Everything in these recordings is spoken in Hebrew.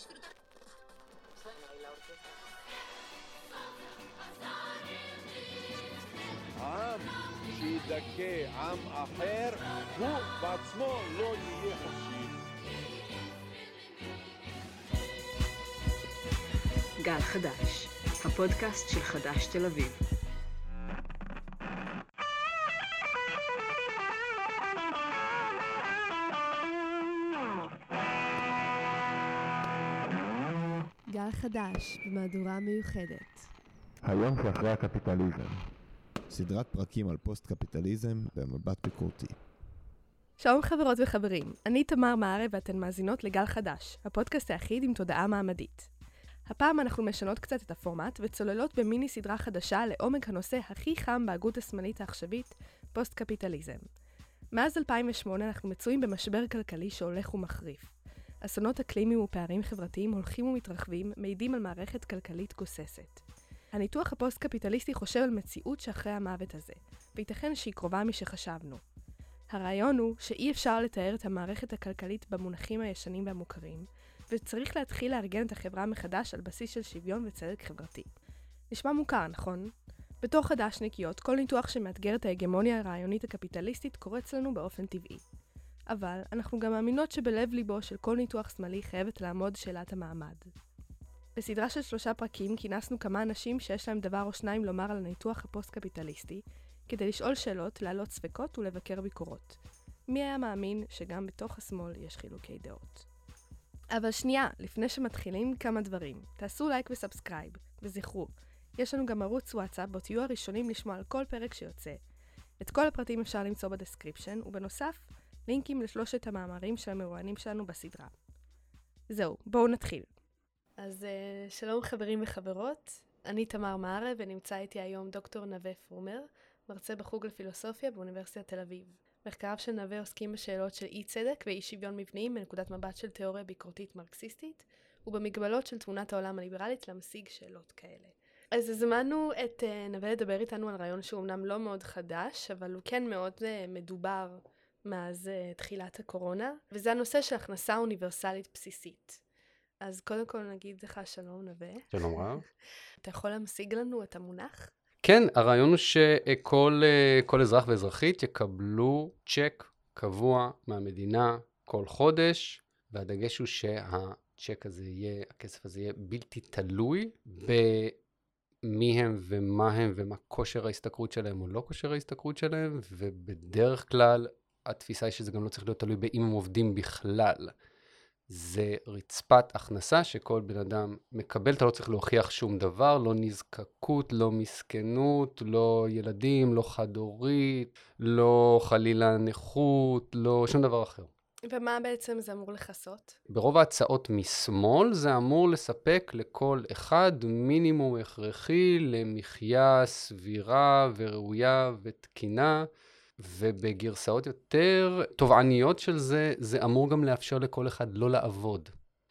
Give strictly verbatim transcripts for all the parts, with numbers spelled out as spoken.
עם שידכא עם אחר, הוא בעצמו לא יהיה חופשי. גל חדש, הפודקאסט של חדש תל אביב. גל חדש במהדורה מיוחדת. היום שאחרי הקפיטליזם. סדרת פרקים על פוסט-קפיטליזם במבט ביקורתי. שלום חברות וחברים, אני תמר מערב ואתן מאזינות לגל חדש, הפודקאסט היחיד עם תודעה מעמדית. הפעם אנחנו משנות קצת את הפורמט וצוללות במיני סדרה חדשה לעומק הנושא הכי חם בהגות השמאלית העכשווית, פוסט-קפיטליזם. מאז אלפיים ושמונה אנחנו מצויים במשבר כלכלי שהולך ומחריף. אסונות אקלימיים ופערים חברתיים הולכים ומתרחבים, מעידים על מערכת כלכלית גוססת. הניתוח הפוסט-קפיטליסטי חושב על מציאות שאחרי המוות הזה, וייתכן שהיא קרובה משחשבנו. הרעיון הוא שאי אפשר לתאר את המערכת הכלכלית במונחים הישנים והמוכרים, וצריך להתחיל לארגן את החברה מחדש על בסיס של שוויון וצדק חברתי. נשמע מוכר, נכון? בתור חדשניקיות, כל ניתוח שמאתגר את ההגמוניה הרעיונית הקפיטליסטית קורץ לנו באופן טבעי. אבל אנחנו גם מאמינות שבלב ליבו של כל ניתוח שמאלי חייבת לעמוד שאלת המעמד. בסדרה של שלושה פרקים כינסנו כמה אנשים שיש להם דבר או שניים לומר על הניתוח הפוסט-קפיטליסטי, כדי לשאול שאלות, להעלות ספקות ולבקר ביקורות. מי היה מאמין שגם בתוך השמאל יש חילוקי דעות? אבל שנייה, לפני שמתחילים כמה דברים. תעשו לייק וסאבסקרייב, וזכרו, יש לנו גם ערוץ וואטסאפ בו תהיו הראשונים לשמוע על כל פרק שיוצא. את כל הפרטים אפשר למצוא בדסקריפשן, ובנוסף, לינקים לשלושת המאמרים של המרואיינים שלנו בסדרה. זהו, בואו נתחיל. אז uh, שלום חברים וחברות, אני תמר מערב ונמצא איתי היום דוקטור נווה פרומר, מרצה בחוג לפילוסופיה באוניברסיטת תל אביב. מחקריו של נווה עוסקים בשאלות של אי צדק ואי שוויון מבניים מנקודת מבט של תיאוריה ביקורתית מרקסיסטית, ובמגבלות של תמונת העולם הליברלית להמשיג שאלות כאלה. אז הזמנו את uh, נווה לדבר איתנו על רעיון שהוא אמנם לא מאוד חדש, אבל הוא כן מאוד uh, מדובר מאז uh, תחילת הקורונה, וזה הנושא של הכנסה אוניברסלית בסיסית. אז קודם כל נגיד לך שלום נווה. שלום רב. אתה יכול להמשיג לנו את המונח? כן, הרעיון הוא שכל כל אזרח ואזרחית יקבלו צ'ק קבוע מהמדינה כל חודש, והדגש הוא שהצ'ק הזה יהיה, הכסף הזה יהיה בלתי תלוי במי הם ומה הם ומה כושר ההשתכרות שלהם או לא כושר ההשתכרות שלהם, ובדרך כלל התפיסה היא שזה גם לא צריך להיות תלוי באם הם עובדים בכלל. זה רצפת הכנסה שכל בן אדם מקבל, אתה לא צריך להוכיח שום דבר, לא נזקקות, לא מסכנות, לא ילדים, לא חד-הורית, לא חלילה נכות, לא שום דבר אחר. ומה בעצם זה אמור לחסות? ברוב ההצעות משמאל זה אמור לספק לכל אחד מינימום הכרחי למחיה סבירה וראויה ותקינה, ובגרסאות יותר תובעניות של זה, זה אמור גם לאפשר לכל אחד לא לעבוד.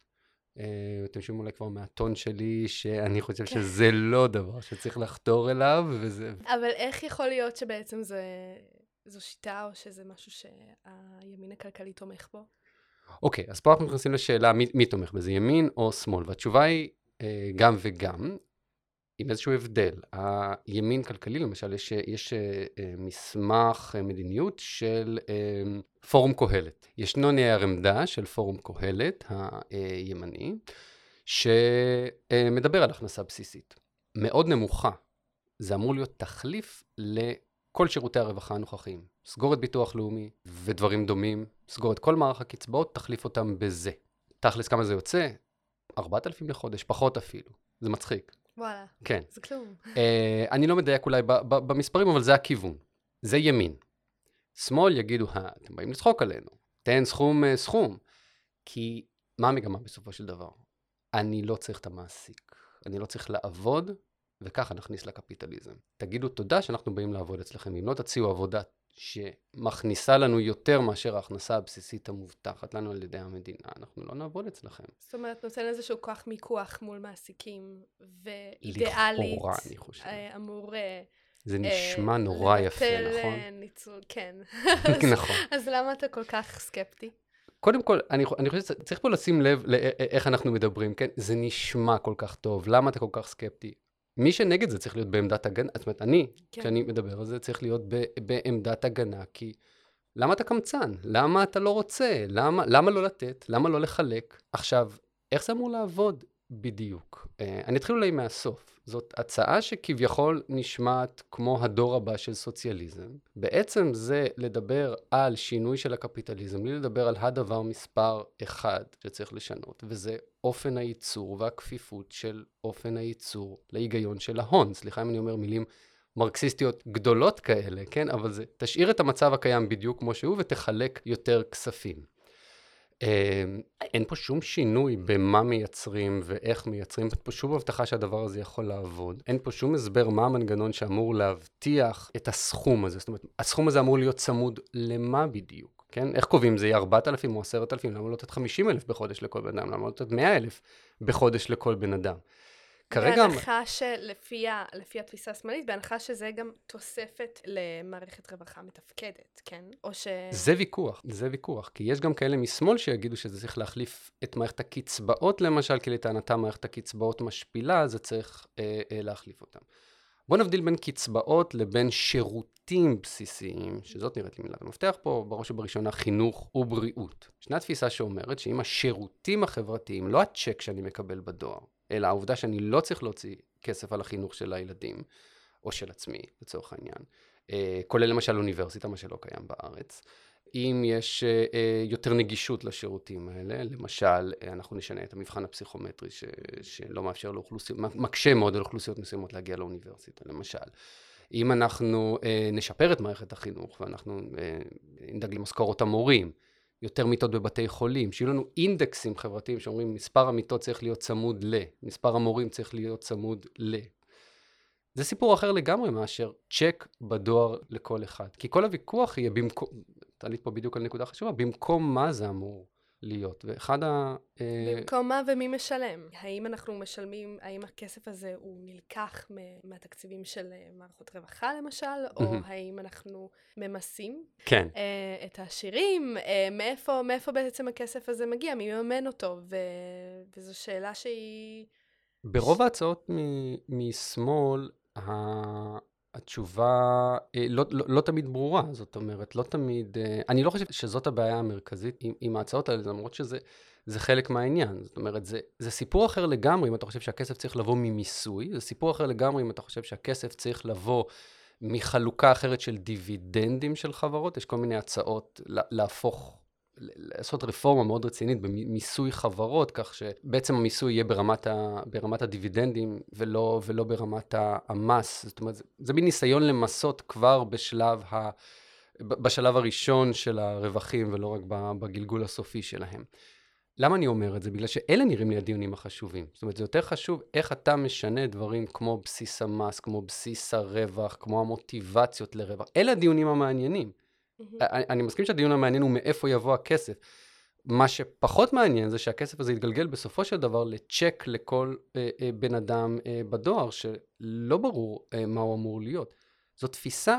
אתם שומעים אולי כבר מהטון שלי, שאני חושב שזה לא דבר שצריך לחתור אליו, וזה... אבל איך יכול להיות שבעצם זה, זו שיטה, או שזה משהו שהימין הכלכלי תומך בו? אוקיי, אז פה אנחנו נכנסים לשאלה, מי, מי תומך בזה, ימין או שמאל? והתשובה היא גם וגם, עם איזשהו הבדל. הימין כלכלי, למשל, יש, יש מסמך מדיניות של פורום קהלת. ישנו נייר עמדה של פורום קהלת, הימני, שמדבר על הכנסה בסיסית. מאוד נמוכה. זה אמור להיות תחליף לכל שירותי הרווחה הנוכחיים. סגור את ביטוח לאומי ודברים דומים, סגור את כל מערך הקצבאות, תחליף אותם בזה. תכלס כמה זה יוצא? ארבעת אלפים לחודש, פחות אפילו. זה מצחיק. וואלה, כן. זה כלום. Uh, אני לא מדייק אולי ב- ב- במספרים, אבל זה הכיוון. זה ימין. שמאל יגידו, אתם באים לצחוק עלינו, תן סכום uh, סכום. כי מה המגמה בסופו של דבר? אני לא צריך את המעסיק. אני לא צריך לעבוד, וככה נכניס לקפיטליזם. תגידו תודה שאנחנו באים לעבוד אצלכם. אם לא תציעו עבודה שמכניסה לנו יותר מאשר ההכנסה הבסיסית המובטחת לנו על ידי המדינה, אנחנו לא נעבוד אצלכם. זאת אומרת, נותן איזשהו כוח מיקוח מול מעסיקים, ואידיאלית, לכאורה, אני חושב. אמור... זה נשמע נורא יפה, נכון? ניצול, כן. נכון. אז למה אתה כל כך סקפטי? קודם כל, אני, אני חושב שצריך פה לשים לב לאיך אנחנו מדברים, כן? זה נשמע כל כך טוב, למה אתה כל כך סקפטי? מי שנגד זה צריך להיות בעמדת הגנה, זאת אומרת, אני, כן. כשאני מדבר על זה, צריך להיות ב, בעמדת הגנה, כי למה אתה קמצן? למה אתה לא רוצה? למה, למה לא לתת? למה לא לחלק? עכשיו, איך זה אמור לעבוד בדיוק? אני אתחיל אולי מהסוף. זאת הצעה שכביכול נשמעת כמו הדור הבא של סוציאליזם. בעצם זה לדבר על שינוי של הקפיטליזם, בלי לדבר על הדבר מספר אחד שצריך לשנות, וזה אופן הייצור והכפיפות של אופן הייצור להיגיון של ההון. סליחה אם אני אומר מילים מרקסיסטיות גדולות כאלה, כן? אבל זה תשאיר את המצב הקיים בדיוק כמו שהוא ותחלק יותר כספים. אין פה שום שינוי במה מייצרים ואיך מייצרים, אין פה שום הבטחה שהדבר הזה יכול לעבוד, אין פה שום הסבר מה המנגנון שאמור להבטיח את הסכום הזה, זאת אומרת, הסכום הזה אמור להיות צמוד למה בדיוק, כן? איך קובעים? זה יהיה ארבעת אלפים או עשרת אלפים, למה לא לתת חמישים אלף בחודש לכל בן אדם, למה לא לתת מאה אלף בחודש לכל בן אדם? כרגע... בהנחה שלפי לפי התפיסה השמאלית, בהנחה שזה גם תוספת למערכת רווחה מתפקדת, כן? או ש... זה ויכוח, זה ויכוח, כי יש גם כאלה משמאל שיגידו שזה צריך להחליף את מערכת הקצבאות, למשל, כי לטענתה מערכת הקצבאות משפילה, זה צריך אה, אה, להחליף אותם. בוא נבדיל בין קצבאות לבין שירותים בסיסיים, שזאת נראית לי מילת המפתח פה, בראש ובראשונה חינוך ובריאות. ישנה תפיסה שאומרת שאם השירותים החברתיים, לא הצ'ק שאני מקבל בדואר, אלא העובדה שאני לא צריך להוציא כסף על החינוך של הילדים, או של עצמי, לצורך העניין. אה, כולל למשל אוניברסיטה, מה שלא קיים בארץ. אם יש אה, יותר נגישות לשירותים האלה, למשל, אה, אנחנו נשנה את המבחן הפסיכומטרי, ש, שלא מאפשר לאוכלוסיות, מקשה מאוד על אוכלוסיות מסוימות להגיע לאוניברסיטה, למשל. אם אנחנו אה, נשפר את מערכת החינוך, ואנחנו אה, נדאג למשכורות המורים, יותר מיטות בבתי חולים, שיהיו לנו אינדקסים חברתיים שאומרים מספר המיטות צריך להיות צמוד ל, מספר המורים צריך להיות צמוד ל. זה סיפור אחר לגמרי מאשר צ'ק בדואר לכל אחד. כי כל הוויכוח יהיה במקום, תעלית פה בדיוק על נקודה חשובה, במקום מה זה אמור להיות. ואחד ה... במקום מה ומי משלם? האם אנחנו משלמים, האם הכסף הזה הוא נלקח מהתקציבים של מערכות רווחה למשל, או האם אנחנו ממסים כן. את העשירים? מאיפה, מאיפה בעצם הכסף הזה מגיע? מי מממן אותו? ו... וזו שאלה שהיא... ברוב ההצעות משמאל, התשובה לא, לא, לא תמיד ברורה, זאת אומרת, לא תמיד, אני לא חושב שזאת הבעיה המרכזית עם, עם ההצעות האלה, למרות שזה זה חלק מהעניין, זאת אומרת, זה, זה סיפור אחר לגמרי אם אתה חושב שהכסף צריך לבוא ממיסוי, זה סיפור אחר לגמרי אם אתה חושב שהכסף צריך לבוא מחלוקה אחרת של דיבידנדים של חברות, יש כל מיני הצעות להפוך, לעשות רפורמה מאוד רצינית במיסוי חברות, כך שבעצם המיסוי יהיה ברמת, ה, ברמת הדיבידנדים ולא, ולא ברמת המס. זאת אומרת, זה, זה מין ניסיון למסות כבר בשלב, ה, בשלב הראשון של הרווחים ולא רק בגלגול הסופי שלהם. למה אני אומר את זה? בגלל שאלה נראים לי הדיונים החשובים. זאת אומרת, זה יותר חשוב איך אתה משנה דברים כמו בסיס המס, כמו בסיס הרווח, כמו המוטיבציות לרווח. אלה הדיונים המעניינים. אני מסכים שהדיון המעניין הוא מאיפה יבוא הכסף. מה שפחות מעניין זה שהכסף הזה יתגלגל בסופו של דבר לצ'ק לכל אה, אה, בן אדם אה, בדואר, שלא ברור אה, מה הוא אמור להיות. זו תפיסה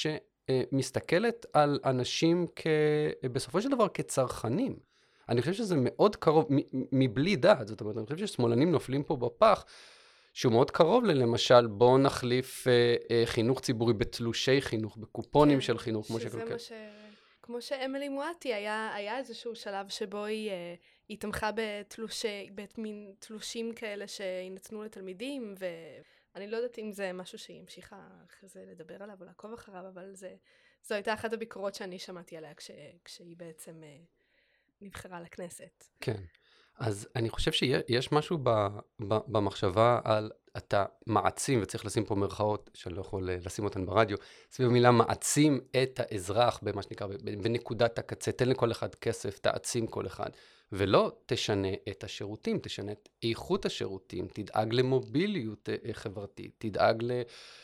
שמסתכלת על אנשים כ, בסופו של דבר כצרכנים. אני חושב שזה מאוד קרוב, מבלי דעת, זאת אומרת, אני חושב ששמאלנים נופלים פה בפח, שהוא מאוד קרוב ללמשל, בואו נחליף אה, אה, חינוך ציבורי בתלושי חינוך, בקופונים כן, של חינוך, כמו שזה מה ש... כמו שאמילי מואטי, היה, היה איזשהו שלב שבו היא, אה, היא תמכה בתלושי, במין תלושים כאלה שינתנו לתלמידים, ואני לא יודעת אם זה משהו שהיא המשיכה אחרי זה לדבר עליו או לעקוב אחריו, אבל זה, זו הייתה אחת הביקורות שאני שמעתי עליה כש, כשהיא בעצם אה, נבחרה לכנסת. כן. אז אני חושב שיש משהו ב, ב, במחשבה על אתה מעצים, וצריך לשים פה מרכאות, שאני לא יכול לשים אותן ברדיו, סביב המילה מעצים את האזרח במה שנקרא, בנקודת הקצה, תן לכל אחד כסף, תעצים כל אחד, ולא תשנה את השירותים, תשנה את איכות השירותים, תדאג למוביליות חברתית, תדאג ל...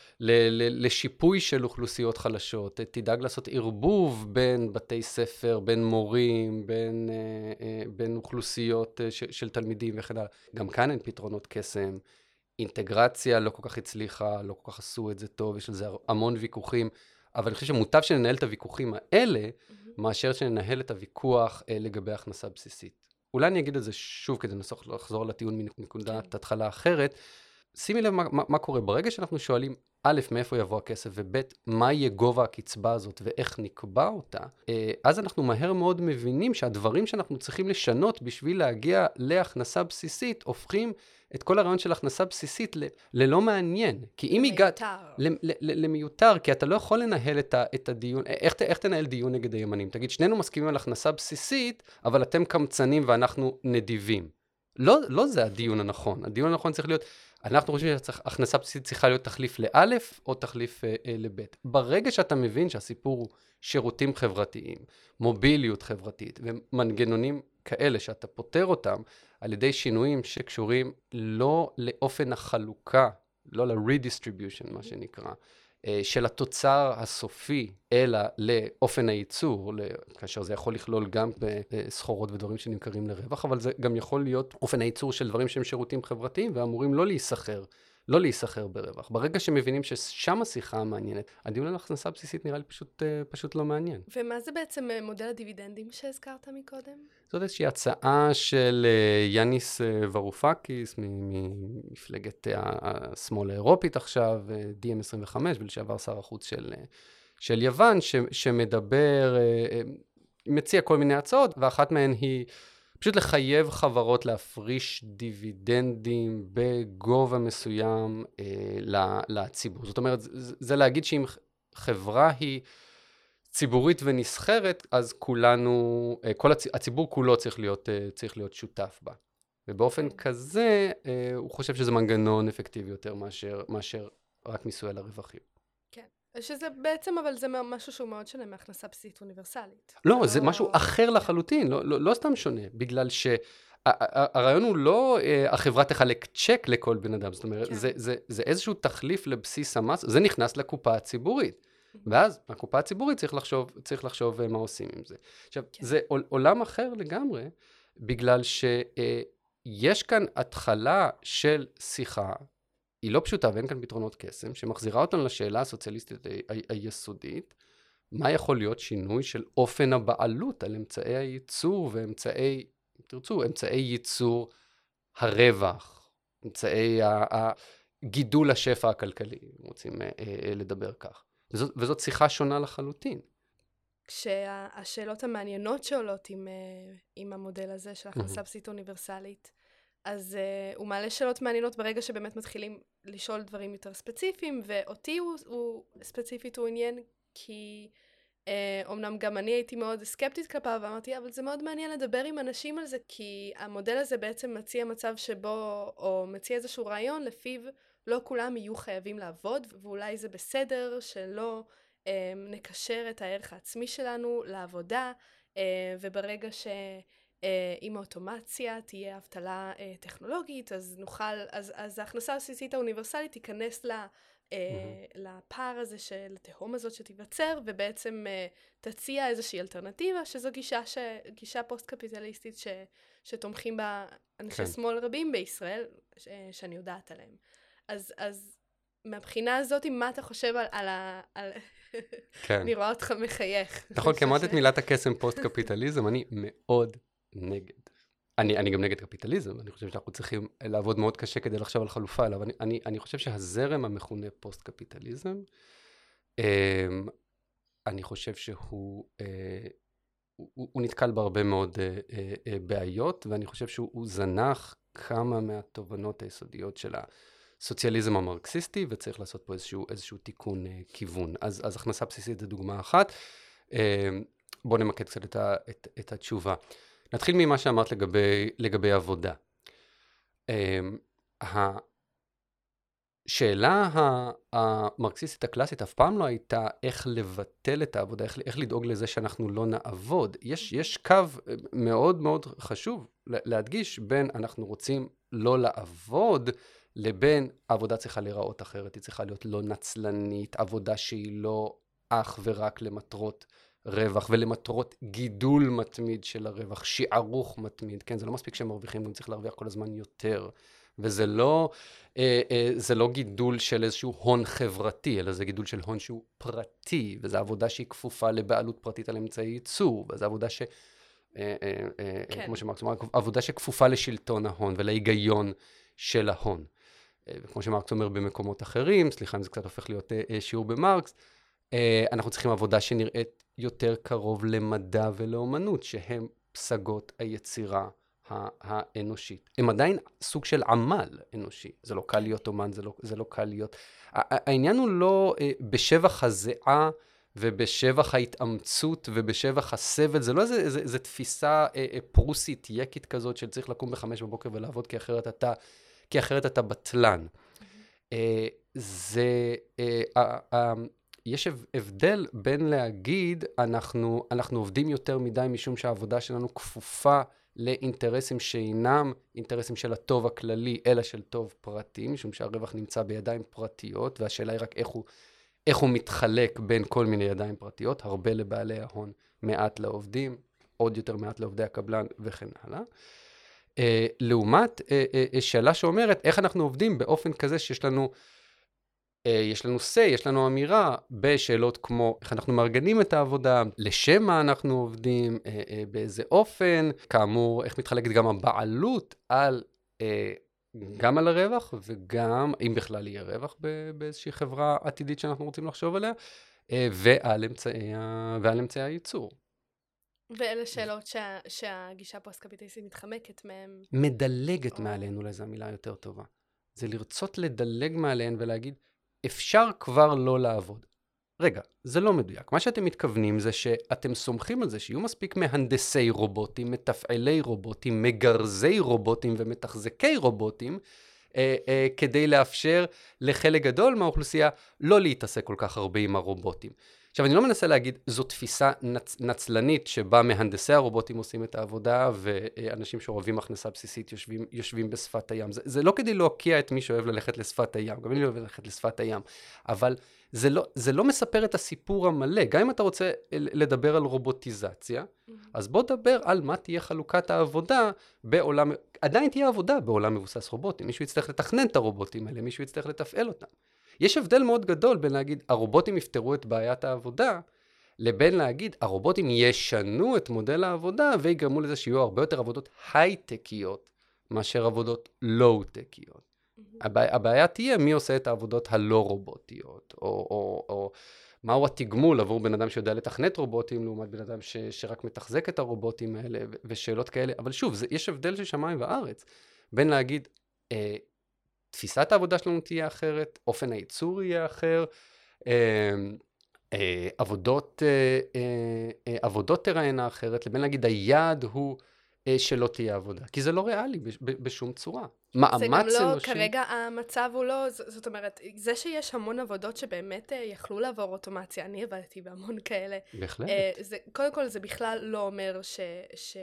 לשיפוי של אוכלוסיות חלשות, תדאג לעשות ערבוב בין בתי ספר, בין מורים, בין, בין אוכלוסיות של תלמידים וכן הלאה. גם כאן אין פתרונות קסם, אינטגרציה לא כל כך הצליחה, לא כל כך עשו את זה טוב, יש על זה המון ויכוחים, אבל אני חושב שמוטב שננהל את הוויכוחים האלה, mm-hmm. מאשר שננהל את הוויכוח אה, לגבי הכנסה בסיסית. אולי אני אגיד את זה שוב כדי לנסות לחזור לטיעון מנקודת התחלה אחרת. שימי לב מה, מה, מה קורה ברגע שאנחנו שואלים א', מאיפה יבוא הכסף, וב', מה יהיה גובה הקצבה הזאת ואיך נקבע אותה, אז אנחנו מהר מאוד מבינים שהדברים שאנחנו צריכים לשנות בשביל להגיע להכנסה בסיסית, הופכים את כל הרעיון של הכנסה בסיסית ל- ללא מעניין. כי אם הגעת... למיותר, כי אתה לא יכול לנהל את, ה, את הדיון, איך, איך תנהל דיון נגד הימנים? תגיד, שנינו מסכימים על הכנסה בסיסית, אבל אתם קמצנים ואנחנו נדיבים. לא, לא זה הדיון הנכון. הדיון הנכון צריך להיות... אנחנו חושבים שהכנסה בסיסית צריכה להיות תחליף לאלף או תחליף אה, אה, לבית. ברגע שאתה מבין שהסיפור הוא שירותים חברתיים, מוביליות חברתית ומנגנונים כאלה שאתה פותר אותם על ידי שינויים שקשורים לא לאופן החלוקה, לא ל-redistribution מה שנקרא, אה, של התוצר הסופי, אלא לאופן הייצור, כאשר זה יכול לכלול גם בסחורות ודברים שנמכרים לרווח, אבל זה גם יכול להיות אופן הייצור של דברים שהם שירותים חברתיים, ואמורים לא להיסחר, לא להיסחר ברווח. ברגע שמבינים ששם השיחה המעניינת, הדיון על הכנסה בסיסית נראה לי פשוט, פשוט לא מעניין. ומה זה בעצם מודל הדיבידנדים שהזכרת מקודם? זאת איזושהי הצעה של יאניס ורופקיס, ממפלגת השמאל האירופית עכשיו, די אם עשרים וחמש, ולשעבר שר החוץ של... של יוון, ש, שמדבר, מציע כל מיני הצעות, ואחת מהן היא פשוט לחייב חברות להפריש דיבידנדים בגובה מסוים אה, לציבור. זאת אומרת, זה, זה להגיד שאם חברה היא ציבורית ונסחרת, אז כולנו, כל הצ, הציבור כולו צריך להיות, צריך להיות שותף בה. ובאופן כזה, אה, הוא חושב שזה מנגנון אפקטיבי יותר מאשר, מאשר רק מיסוי על הרווחים. שזה בעצם, אבל זה משהו שהוא מאוד שונה מהכנסה בסיסית אוניברסלית. לא, זה משהו אחר לחלוטין, לא, לא, לא סתם שונה, בגלל שהרעיון הוא לא החברה תחלק צ'ק לכל בן אדם, זאת אומרת, זה, זה, זה איזשהו תחליף לבסיס המס, זה נכנס לקופה הציבורית, ואז הקופה הציבורית צריך לחשוב, צריך לחשוב מה עושים עם זה. עכשיו, זה עולם אחר לגמרי, בגלל שיש כאן התחלה של שיחה, היא לא פשוטה ואין כאן פתרונות קסם, שמחזירה אותנו לשאלה הסוציאליסטית היסודית, מה יכול להיות שינוי של אופן הבעלות על אמצעי הייצור ואמצעי, תרצו, אמצעי ייצור הרווח, אמצעי הגידול השפע הכלכלי, רוצים לדבר כך. וזאת, וזאת שיחה שונה לחלוטין. כשהשאלות המעניינות שעולות עם, עם המודל הזה של הכנסה בסיסית אוניברסלית, אז uh, הוא מעלה שאלות מעניינות ברגע שבאמת מתחילים לשאול דברים יותר ספציפיים, ואותי הוא, הוא ספציפית הוא עניין, כי uh, אומנם גם אני הייתי מאוד סקפטית כלפיו, ואמרתי, אבל זה מאוד מעניין לדבר עם אנשים על זה, כי המודל הזה בעצם מציע מצב שבו, או מציע איזשהו רעיון לפיו לא כולם יהיו חייבים לעבוד, ואולי זה בסדר שלא uh, נקשר את הערך העצמי שלנו לעבודה, uh, וברגע ש... עם האוטומציה תהיה אבטלה טכנולוגית, אז נוכל, אז, אז ההכנסה הבסיסית האוניברסלית תיכנס לה, mm-hmm. לפער הזה של התהום הזאת שתיווצר, ובעצם תציע איזושהי אלטרנטיבה, שזו גישה, ש, גישה פוסט-קפיטליסטית ש, שתומכים בה אנשי כן. שמאל רבים בישראל, ש, שאני יודעת עליהם. אז, אז מהבחינה הזאת, מה אתה חושב על... על, על... כן. אני רואה אותך מחייך. נכון, כי אמרת את מילת הקסם פוסט-קפיטליזם, אני מאוד נגד. אני, אני גם נגד קפיטליזם, אני חושב שאנחנו צריכים לעבוד מאוד קשה כדי לחשוב על חלופה אליו, אני, אני, אני חושב שהזרם המכונה פוסט-קפיטליזם, אני חושב שהוא הוא, הוא נתקל בהרבה מאוד בעיות, ואני חושב שהוא זנח כמה מהתובנות היסודיות של הסוציאליזם המרקסיסטי, וצריך לעשות פה איזשהו, איזשהו תיקון כיוון. אז, אז הכנסה בסיסית זה דוגמה אחת. בואו נמקד קצת את, ה, את, את התשובה. נתחיל ממה שאמרת לגבי, לגבי עבודה. השאלה המרקסיסטית הקלאסית אף פעם לא הייתה איך לבטל את העבודה, איך, איך לדאוג לזה שאנחנו לא נעבוד. יש, יש קו מאוד מאוד חשוב להדגיש בין אנחנו רוצים לא לעבוד, לבין העבודה צריכה להיראות אחרת, היא צריכה להיות לא נצלנית, עבודה שהיא לא אך ורק למטרות רווח ולמטרות גידול מתמיד של הרווח, שיערוך מתמיד, כן, זה לא מספיק שהם מרוויחים, גם צריך להרוויח כל הזמן יותר, וזה לא, אה, אה, זה לא גידול של איזשהו הון חברתי, אלא זה גידול של הון שהוא פרטי, וזו עבודה שהיא כפופה לבעלות פרטית על אמצעי ייצור, וזו עבודה ש... אה, אה, אה, כן. כמו שמרקס אומר, עבודה שכפופה לשלטון ההון ולהיגיון של ההון. אה, כמו שמרקס אומר במקומות אחרים, סליחה אם זה קצת הופך להיות אה, אה, שיעור במרקס, אה, אנחנו צריכים עבודה שנראית יותר קרוב למדע ולאומנות, שהם פסגות היצירה האנושית. הם עדיין סוג של עמל אנושי. זה לא קל להיות אומן, זה לא, זה לא קל להיות... העניין הוא לא אה, בשבח הזיעה ובשבח ההתאמצות ובשבח הסבל, זה לא איזה, איזה, איזה תפיסה אה, אה, פרוסית, יקית כזאת של צריך לקום בחמש בבוקר ולעבוד כי אחרת אתה, כי אחרת אתה בטלן. אה, זה... אה, אה, אה, יש הבדל בין להגיד, אנחנו, אנחנו עובדים יותר מדי משום שהעבודה שלנו כפופה לאינטרסים שאינם אינטרסים של הטוב הכללי, אלא של טוב פרטי, משום שהרווח נמצא בידיים פרטיות, והשאלה היא רק איך הוא, איך הוא מתחלק בין כל מיני ידיים פרטיות, הרבה לבעלי ההון, מעט לעובדים, עוד יותר מעט לעובדי הקבלן וכן הלאה. Uh, לעומת uh, uh, שאלה שאומרת, איך אנחנו עובדים באופן כזה שיש לנו יש לנו say, יש לנו אמירה בשאלות כמו איך אנחנו מארגנים את העבודה, לשם מה אנחנו עובדים, באיזה אופן, כאמור, איך מתחלקת גם הבעלות על, גם על הרווח וגם, אם בכלל יהיה רווח באיזושהי חברה עתידית שאנחנו רוצים לחשוב עליה, ועל אמצעי, ועל אמצעי הייצור. ואלה שאלות שה, שהגישה הפוסט-קפיטליסטית מתחמקת מהם. מדלגת או... מעליהן, אולי זו המילה יותר טובה. זה לרצות לדלג מעליהן ולהגיד, אפשר כבר לא לעבוד. רגע, זה לא מדויק. מה שאתם מתכוונים זה שאתם סומכים על זה שיהיו מספיק מהנדסי רובוטים, מתפעלי רובוטים, מגרזי רובוטים ומתחזקי רובוטים, אה, אה, כדי לאפשר לחלק גדול מהאוכלוסייה לא להתעסק כל כך הרבה עם הרובוטים. עכשיו, אני לא מנסה להגיד, זו תפיסה נצ, נצלנית שבה מהנדסי הרובוטים עושים את העבודה, ואנשים שאוהבים הכנסה בסיסית יושבים, יושבים בשפת הים. זה, זה לא כדי להוקיע את מי שאוהב ללכת לשפת הים, גם אני לא אוהב ללכת לשפת הים, אבל זה לא, זה לא מספר את הסיפור המלא. גם אם אתה רוצה לדבר על רובוטיזציה, mm-hmm. אז בוא דבר על מה תהיה חלוקת העבודה בעולם, עדיין תהיה עבודה בעולם מבוסס רובוטים. מישהו יצטרך לתכנן את הרובוטים האלה, מישהו יצטרך לתפעל אותם. יש הבדל מאוד גדול בין להגיד, הרובוטים יפתרו את בעיית העבודה, לבין להגיד, הרובוטים ישנו את מודל העבודה, ויגרמו לזה שיהיו הרבה יותר עבודות הייטקיות, מאשר עבודות לואו-טקיות. Mm-hmm. הבע... הבעיה תהיה מי עושה את העבודות הלא רובוטיות, או, או, או מהו התגמול עבור בן אדם שיודע לתכנת רובוטים, לעומת בן אדם ש... שרק מתחזק את הרובוטים האלה, ו... ושאלות כאלה. אבל שוב, זה... יש הבדל של שמיים וארץ, בין להגיד, אה, תפיסת העבודה שלנו תהיה אחרת, אופן הייצור יהיה אחר, אה, אה, עבודות, אה, אה, עבודות תראינה אחרת, לבין להגיד היעד הוא אה, שלא תהיה עבודה, כי זה לא ריאלי ב, ב, בשום צורה. זה גם לא, אנושי... כרגע המצב הוא לא, זאת אומרת, זה שיש המון עבודות שבאמת אה, יכלו לעבור אוטומציה, אני עבדתי בהמון כאלה. בהחלט. אה, זה, קודם כל זה בכלל לא אומר ש... ש...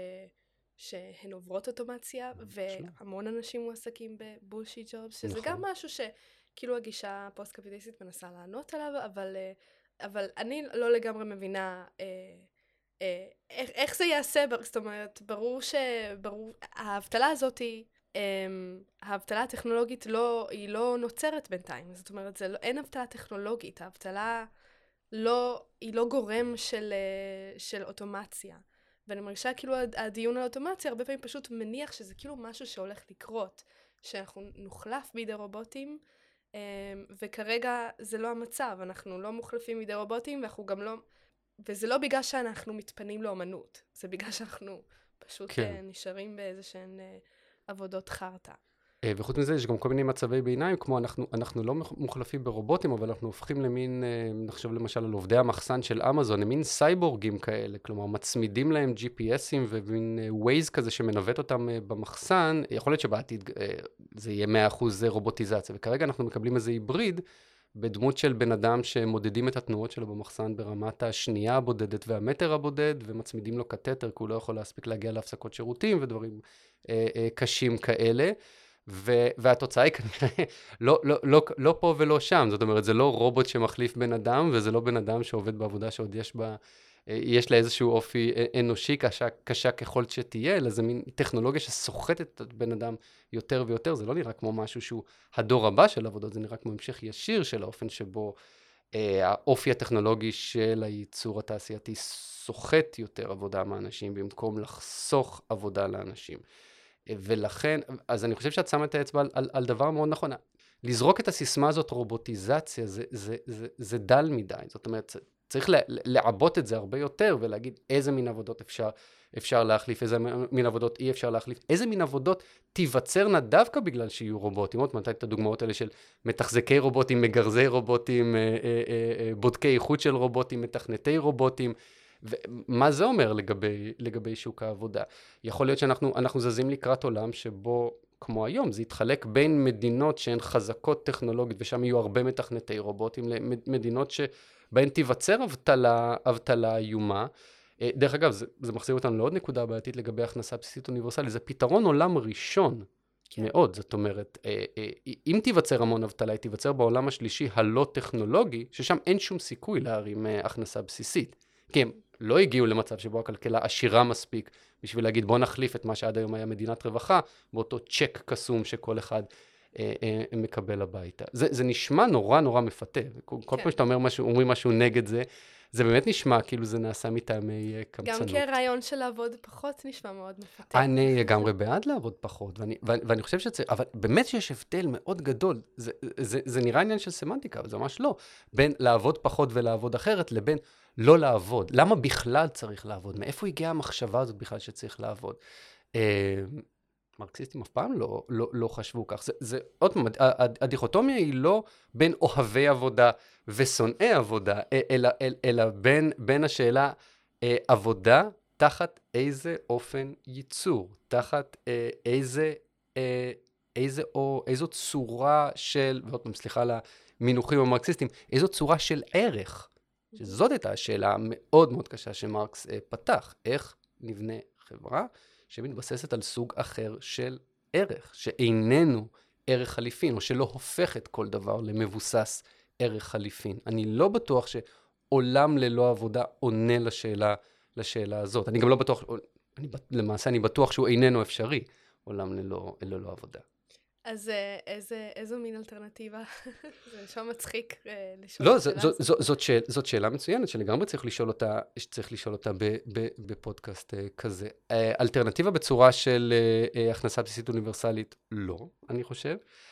שהן עוברות אוטומציה, והמון אנשים מועסקים בבולשיט ג'ובס, שזה גם משהו שכאילו הגישה הפוסט-קפיטליסטית מנסה לענות עליו, אבל, אבל אני לא לגמרי מבינה אה, אה, איך, איך זה יעשה, זאת אומרת, ברור שברור, ההבטלה הזאת היא, אה, ההבטלה הטכנולוגית לא, היא לא נוצרת בינתיים, זאת אומרת, זה לא, אין הבטלה טכנולוגית, ההבטלה לא, היא לא גורם של, של אוטומציה. ואני מרגישה כאילו הדיון על אוטומציה הרבה פעמים פשוט מניח שזה כאילו משהו שהולך לקרות, שאנחנו נוחלף בידי רובוטים, וכרגע זה לא המצב, אנחנו לא מוחלפים בידי רובוטים, ואנחנו גם לא, וזה לא בגלל שאנחנו מתפנים לאומנות, זה בגלל שאנחנו פשוט כן. נשארים באיזשהן עבודות חרטה. וחוץ מזה יש גם כל מיני מצבי ביניים, כמו אנחנו, אנחנו לא מוחלפים ברובוטים, אבל אנחנו הופכים למין, נחשוב למשל על עובדי המחסן של אמזון, למין סייבורגים כאלה, כלומר מצמידים להם ג'י פי אסים ומין ווייז כזה שמנווט אותם במחסן, יכול להיות שבעתיד זה יהיה מאה אחוז רובוטיזציה, וכרגע אנחנו מקבלים איזה היבריד, בדמות של בן אדם שמודדים את התנועות שלו במחסן ברמת השנייה הבודדת והמטר הבודד, ומצמידים לו קטטר, כי הוא לא יכול להספיק להגיע להפסקות שירותים ודברים אה, אה, קשים כאלה. ו- והתוצאה היא כנראה לא, לא, לא, לא פה ולא שם, זאת אומרת, זה לא רובוט שמחליף בן אדם, וזה לא בן אדם שעובד בעבודה שעוד יש בה יש לה איזשהו אופי אנושי, קשה, קשה ככל שתהיה, אלא זה מין טכנולוגיה שסוחטת את בן אדם יותר ויותר, זה לא נראה כמו משהו שהוא הדור הבא של עבודות, זה נראה כמו המשך ישיר של האופן שבו אה, האופי הטכנולוגי של הייצור התעשייתי סוחט יותר עבודה מאנשים, במקום לחסוך עבודה לאנשים. ולכן, אז אני חושב שאת שמה את האצבע על, על, על דבר מאוד נכון. לזרוק את הסיסמה הזאת רובוטיזציה, זה, זה, זה, זה דל מדי. זאת אומרת, צריך לעבות את זה הרבה יותר, ולהגיד איזה מין עבודות אפשר, אפשר להחליף, איזה מין עבודות אי אפשר להחליף, איזה מין עבודות תיווצרנה דווקא בגלל שיהיו רובוטים. עוד מתי את הדוגמאות האלה של מתחזקי רובוטים, מגרזי רובוטים, בודקי איכות של רובוטים, מתכנתי רובוטים, ומה זה אומר לגבי, לגבי שוק העבודה? יכול להיות שאנחנו אנחנו זזים לקראת עולם שבו, כמו היום, זה יתחלק בין מדינות שהן חזקות טכנולוגית, ושם יהיו הרבה מתכנתי רובוטים, למדינות שבהן תיווצר אבטלה, אבטלה איומה. דרך אגב, זה, זה מחזיר אותנו לעוד נקודה בעתיד לגבי הכנסה בסיסית אוניברסלית, זה פתרון עולם ראשון כן. מאוד, זאת אומרת, אם תיווצר המון אבטלה, היא תיווצר בעולם השלישי הלא טכנולוגי, ששם אין שום סיכוי להרים הכנסה בסיסית. כי הם לא הגיעו למצב שבו הכלכלה עשירה מספיק, בשביל להגיד בוא נחליף את מה שעד היום היה מדינת רווחה, באותו צ'ק קסום שכל אחד אה, אה, מקבל הביתה. זה, זה נשמע נורא נורא מפתה, כל כן. פעם שאתה אומר משהו, אומרים משהו נגד זה, זה באמת נשמע כאילו זה נעשה מטעמי קמצנות. גם כרעיון של לעבוד פחות נשמע מאוד מפתה. אני לגמרי בעד לעבוד פחות, ואני, ואני, ואני חושב שצריך, אבל באמת שיש הבדל מאוד גדול, זה, זה, זה נראה עניין של סמנטיקה, אבל זה ממש לא, בין לעבוד פחות ולעבוד אחרת, לבין לא לעבוד. למה בכלל צריך לעבוד? מאיפה הגיעה המחשבה הזאת בכלל שצריך לעבוד? מרקסיסטים אף פעם לא, לא, לא חשבו כך. זה, זה, עוד פעם, הדיכוטומיה היא לא בין אוהבי עבודה ושונאי עבודה, אלא, אלא, אלא בין, בין השאלה עבודה תחת איזה אופן ייצור, תחת איזה, איזה או איזו צורה של, ועוד פעם, סליחה למינוחים המרקסיסטים, איזו צורה של ערך. שזאת הייתה השאלה המאוד מאוד קשה שמרקס פתח, איך נבנה חברה שמתבססת על סוג אחר של ערך, שאיננו ערך חליפין, או שלא הופך את כל דבר למבוסס ערך חליפין. אני לא בטוח שעולם ללא עבודה עונה לשאלה, לשאלה הזאת. אני גם לא בטוח, אני, למעשה אני בטוח שהוא איננו אפשרי, עולם ללא, ללא עבודה. אז איזה, איזו מין אלטרנטיבה? זה נשמע מצחיק לשאול. לא, זאת, זאת, זאת, שאל, זאת שאלה מצוינת, שלגמרי צריך לשאול אותה, שצריך לשאול אותה ב, ב, בפודקאסט כזה. אלטרנטיבה בצורה של הכנסה בסיסית אוניברסלית, לא, אני חושב.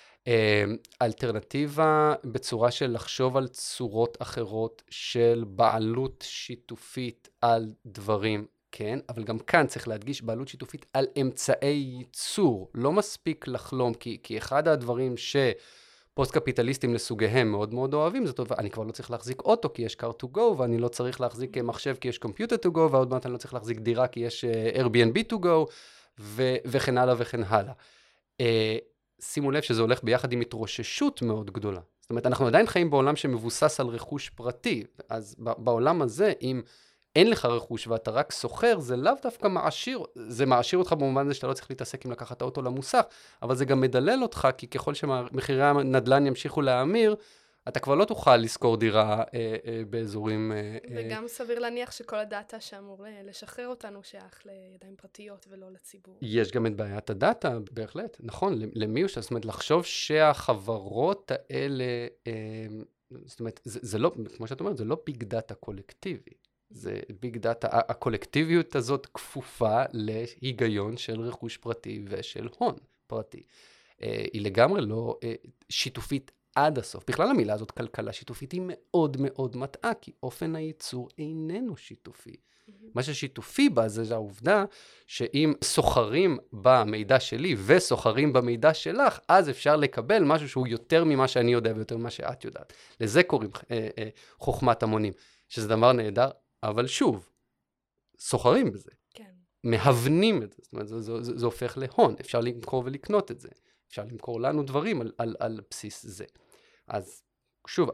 אלטרנטיבה בצורה של לחשוב על צורות אחרות של בעלות שיתופית על דברים, כן, אבל גם כאן צריך להדגיש בעלות שיתופית על אמצעי ייצור. לא מספיק לחלום, כי, כי אחד הדברים שפוסט-קפיטליסטים לסוגיהם מאוד מאוד אוהבים, זאת אומרת, אני כבר לא צריך להחזיק אוטו כי יש car to go, ואני לא צריך להחזיק מחשב כי יש computer to go, ועוד מעט אני לא צריך להחזיק דירה כי יש uh, Airbnb to go, ו- וכן הלאה וכן הלאה. Uh, שימו לב שזה הולך ביחד עם התרוששות מאוד גדולה. זאת אומרת, אנחנו עדיין חיים בעולם שמבוסס על רכוש פרטי, אז בעולם הזה, אם אין לך רכוש ואתה רק סוחר, זה לאו דווקא מעשיר, זה מעשיר אותך במובן הזה שאתה לא צריך להתעסק עם לקחת האוטו למוסך, אבל זה גם מדלל אותך, כי ככל שמחירי הנדל"ן ימשיכו להאמיר, אתה כבר לא תוכל לשכור דירה אה, אה, באזורים... אה, וגם אה... סביר להניח שכל הדאטה שאמור לשחרר אותנו שייך לידיים פרטיות ולא לציבור. יש גם את בעיית הדאטה, בהחלט, נכון, למי הוא זאת אומרת, לחשוב שהחברות האלה, אה, זאת אומרת, זה, זה לא, כמו שאת אומרת, זה לא ביג דאטה קולקטיבי. זה ביג דאטה, הקולקטיביות הזאת כפופה להיגיון של רכוש פרטי ושל הון פרטי. היא לגמרי לא שיתופית עד הסוף. בכלל המילה הזאת, כלכלה שיתופית, היא מאוד מאוד מטעה, כי אופן הייצור איננו שיתופי. מה ששיתופי בה זה העובדה שאם סוחרים במידע שלי וסוחרים במידע שלך, אז אפשר לקבל משהו שהוא יותר ממה שאני יודע ויותר ממה שאת יודעת. לזה קוראים חוכמת המונים, שזה דבר נהדר. אבל שוב, סוחרים בזה, כן. מהוונים את זה, זאת אומרת, זה, זה, זה, זה הופך להון, אפשר למכור ולקנות את זה, אפשר למכור לנו דברים על, על, על בסיס זה. אז שוב,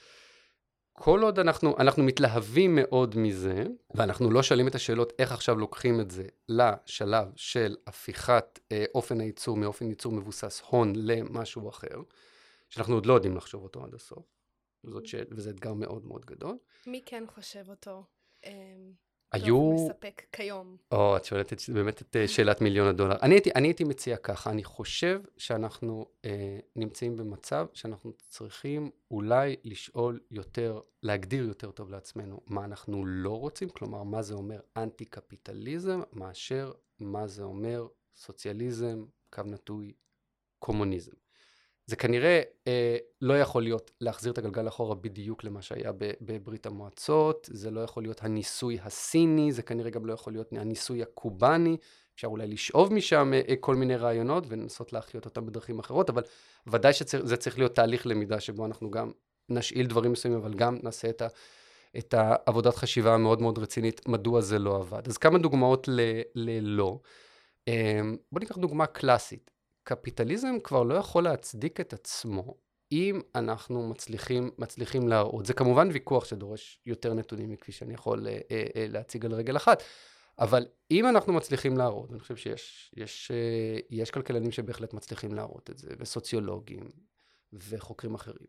כל עוד אנחנו, אנחנו מתלהבים מאוד מזה, ואנחנו לא שואלים את השאלות איך עכשיו לוקחים את זה לשלב של הפיכת אה, אופן הייצור מאופן ייצור מבוסס הון למשהו אחר, שאנחנו עוד לא יודעים לחשוב אותו עד הסוף, זאת שאל, וזה אתגר מאוד מאוד גדול. מי כן חושב אותו? היו... מספק כיום. או, את שואלת את, באמת את שאלת מיליון הדולר. אני הייתי, אני הייתי מציע ככה, אני חושב שאנחנו אה, נמצאים במצב שאנחנו צריכים אולי לשאול יותר, להגדיר יותר טוב לעצמנו מה אנחנו לא רוצים, כלומר, מה זה אומר אנטי-קפיטליזם, מאשר מה זה אומר סוציאליזם, קו נטוי, קומוניזם. זה כנראה אה, לא יכול להיות להחזיר את הגלגל אחורה בדיוק למה שהיה בברית המועצות, זה לא יכול להיות הניסוי הסיני, זה כנראה גם לא יכול להיות הניסוי הקובני, אפשר אולי לשאוב משם אה, כל מיני רעיונות ולנסות להחיות אותם בדרכים אחרות, אבל ודאי שזה צריך להיות תהליך למידה שבו אנחנו גם נשאיל דברים מסוימים, אבל גם נעשה את, ה, את העבודת חשיבה המאוד מאוד רצינית, מדוע זה לא עבד. אז כמה דוגמאות ללא. אה, בוא ניקח דוגמה קלאסית. קפיטליזם כבר לא יכול להצדיק את עצמו אם אנחנו מצליחים, מצליחים להראות. זה כמובן ויכוח שדורש יותר נתונים מכפי שאני יכול אה, אה, להציג על רגל אחת, אבל אם אנחנו מצליחים להראות, אני חושב שיש יש, אה, יש כלכלנים שבהחלט מצליחים להראות את זה, וסוציולוגים וחוקרים אחרים,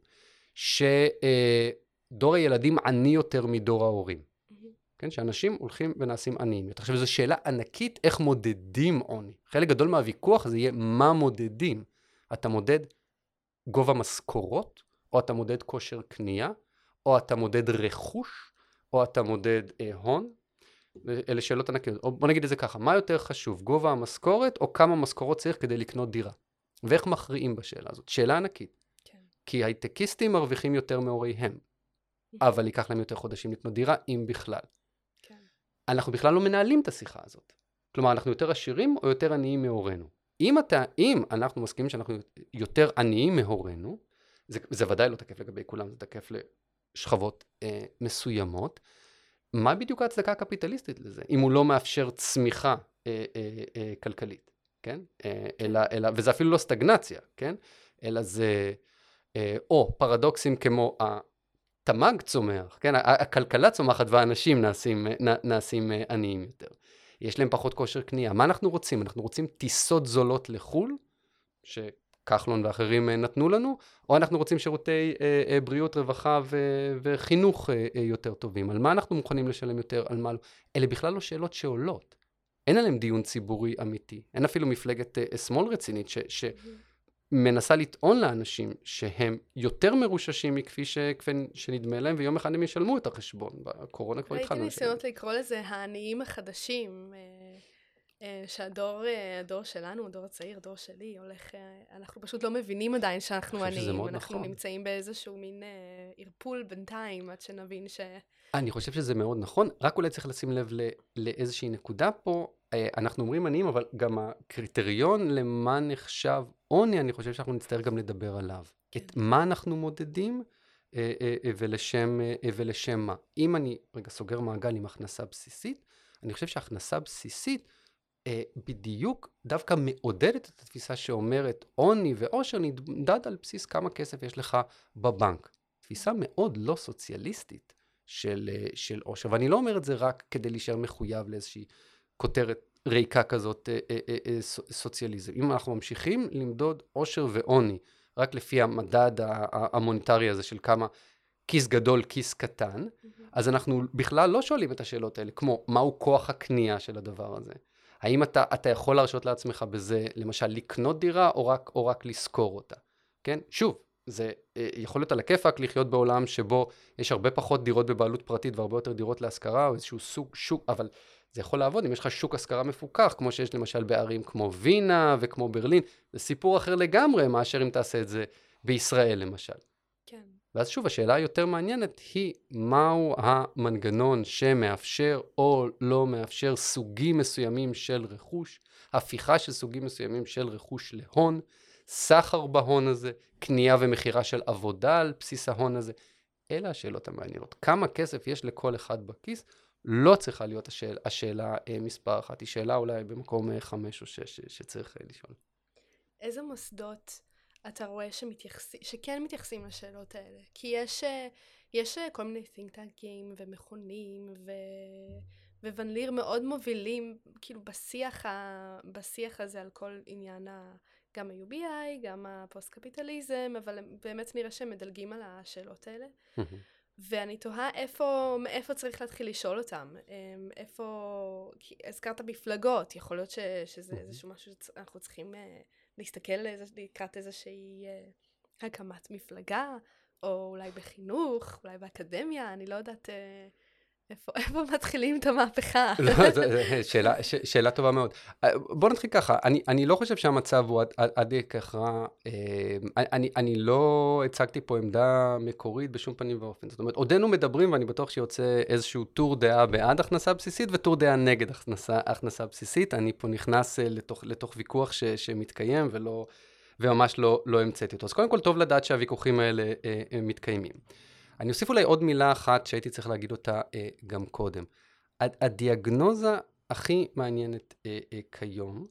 שדור הילדים עני יותר מדור ההורים. כן, שאנשים הולכים ונעשים עניים. עכשיו, זו שאלה ענקית איך מודדים עוני. חלק גדול מהוויכוח זה יהיה מה מודדים. אתה מודד גובה משכורות, או אתה מודד כושר קנייה, או אתה מודד רכוש, או אתה מודד אה, הון. אלה שאלות ענקיות. או בוא נגיד את זה ככה, מה יותר חשוב, גובה המשכורת, או כמה משכורות צריך כדי לקנות דירה? ואיך מכריעים בשאלה הזאת? שאלה ענקית. כן. כי הייטקיסטים מרוויחים יותר מהוריהם, אבל ייקח להם יותר חודשים לקנות דירה, אם בכלל. אנחנו בכלל לא מנהלים את השיחה הזאת. כלומר, אנחנו יותר עשירים או יותר עניים מהורינו. אם, אתה, אם אנחנו מסכימים שאנחנו יותר עניים מהורינו, זה, זה ודאי לא תקף לגבי כולם, זה תקף לשכבות אה, מסוימות. מה בדיוק ההצדקה הקפיטליסטית לזה? אם הוא לא מאפשר צמיחה אה, אה, אה, כלכלית, כן? אה, אלא, אלא, וזה אפילו לא סטגנציה, כן? אלא זה, אה, או פרדוקסים כמו ה... תמ"ג צומח, כן? הכלכלה צומחת והאנשים נעשים, נעשים עניים יותר. יש להם פחות כושר קנייה. מה אנחנו רוצים? אנחנו רוצים טיסות זולות לחול, שכחלון ואחרים נתנו לנו, או אנחנו רוצים שירותי בריאות, רווחה ו- וחינוך יותר טובים. על מה אנחנו מוכנים לשלם יותר, על מה לא? אלה בכלל לא שאלות שעולות. אין עליהם דיון ציבורי אמיתי. אין אפילו מפלגת שמאל רצינית ש... ש- מנסה לטעון לאנשים שהם יותר מרוששים מכפי ש... שנדמה להם, ויום אחד הם ישלמו את החשבון. בקורונה כבר התחלנו. ראיתי ניסיונות לקרוא לזה העניים החדשים, שהדור הדור שלנו, הדור הצעיר, הדור שלי, הולך, אנחנו פשוט לא מבינים עדיין שאנחנו עניים, אנחנו נכון. נמצאים באיזשהו מין ערפול בינתיים, עד שנבין ש... אני חושב שזה מאוד נכון, רק אולי צריך לשים לב לא... לאיזושהי נקודה פה, אנחנו אומרים עניים, אבל גם הקריטריון למה נחשב עוני, אני חושב שאנחנו נצטרך גם לדבר עליו. כן. את מה אנחנו מודדים ולשם, ולשם מה. אם אני רגע סוגר מעגל עם הכנסה בסיסית, אני חושב שהכנסה בסיסית בדיוק דווקא מעודדת את התפיסה שאומרת עוני ועושר נמדד על בסיס כמה כסף יש לך בבנק. תפיסה מאוד לא סוציאליסטית של, של עושר, ואני לא אומר את זה רק כדי להישאר מחויב לאיזושהי כותרת ריקה כזאת אה, אה, אה, סוציאליזם. אם אנחנו ממשיכים למדוד עושר ועוני, רק לפי המדד המוניטרי הזה של כמה כיס גדול, כיס קטן, mm-hmm. אז אנחנו בכלל לא שואלים את השאלות האלה, כמו מהו כוח הקנייה של הדבר הזה. האם אתה, אתה יכול להרשות לעצמך בזה, למשל, לקנות דירה או רק, או רק לזכור אותה? כן? שוב, זה אה, יכול להיות על הכיפק לחיות בעולם שבו יש הרבה פחות דירות בבעלות פרטית והרבה יותר דירות להשכרה, או איזשהו סוג, שוק, אבל זה יכול לעבוד אם יש לך שוק השכרה מפוקח, כמו שיש למשל בערים כמו וינה וכמו ברלין, זה סיפור אחר לגמרי מאשר אם תעשה את זה בישראל למשל. כן. ואז שוב, השאלה היותר מעניינת היא, מהו המנגנון שמאפשר או לא מאפשר סוגים מסוימים של רכוש, הפיכה של סוגים מסוימים של רכוש להון, סחר בהון הזה, קנייה ומחירה של עבודה על בסיס ההון הזה. אלה השאלות המעניינות. כמה כסף יש לכל אחד בכיס? לא צריכה להיות השאל, השאלה אה, מספר אחת. היא שאלה אולי במקום אה, חמש או שש שצריך אה, לשאול. איזה מוסדות אתה רואה שמתייחסים, שכן מתייחסים לשאלות האלה? כי יש, יש כל מיני think tank'ים ומכונים ו... וון ליר מאוד מובילים, כאילו בשיח, ה... בשיח הזה על כל עניין ה... גם ה-יו בי איי, גם הפוסט-קפיטליזם, אבל באמת נראה שהם מדלגים על השאלות האלה. ואני תוהה איפה, מאיפה צריך להתחיל לשאול אותם, איפה, כי הזכרת מפלגות, יכול להיות ש, שזה איזשהו משהו שאנחנו צריכים להסתכל לקראת איזושהי הקמת מפלגה, או אולי בחינוך, אולי באקדמיה, אני לא יודעת איפה, איפה מתחילים את המהפכה. לא, זו שאלה, ש, שאלה טובה מאוד. בוא נתחיל ככה, אני, אני לא חושב שהמצב הוא עד, עד כך רע, אני, אני לא הצגתי פה עמדה מקורית בשום פנים ואופן, זאת אומרת, עודנו מדברים ואני בטוח שיוצא איזשהו טור דעה בעד הכנסה בסיסית וטור דעה נגד הכנסה, הכנסה בסיסית, אני פה נכנס לתוך, לתוך ויכוח ש, שמתקיים ולא, וממש לא, לא המצאתי אותו. אז קודם כל טוב לדעת שהוויכוחים האלה אה, מתקיימים. אני אוסיף אולי עוד מילה אחת שהייתי צריך להגיד אותה אה, גם קודם. הדיאגנוזה הכי מעניינת אה, אה, כיום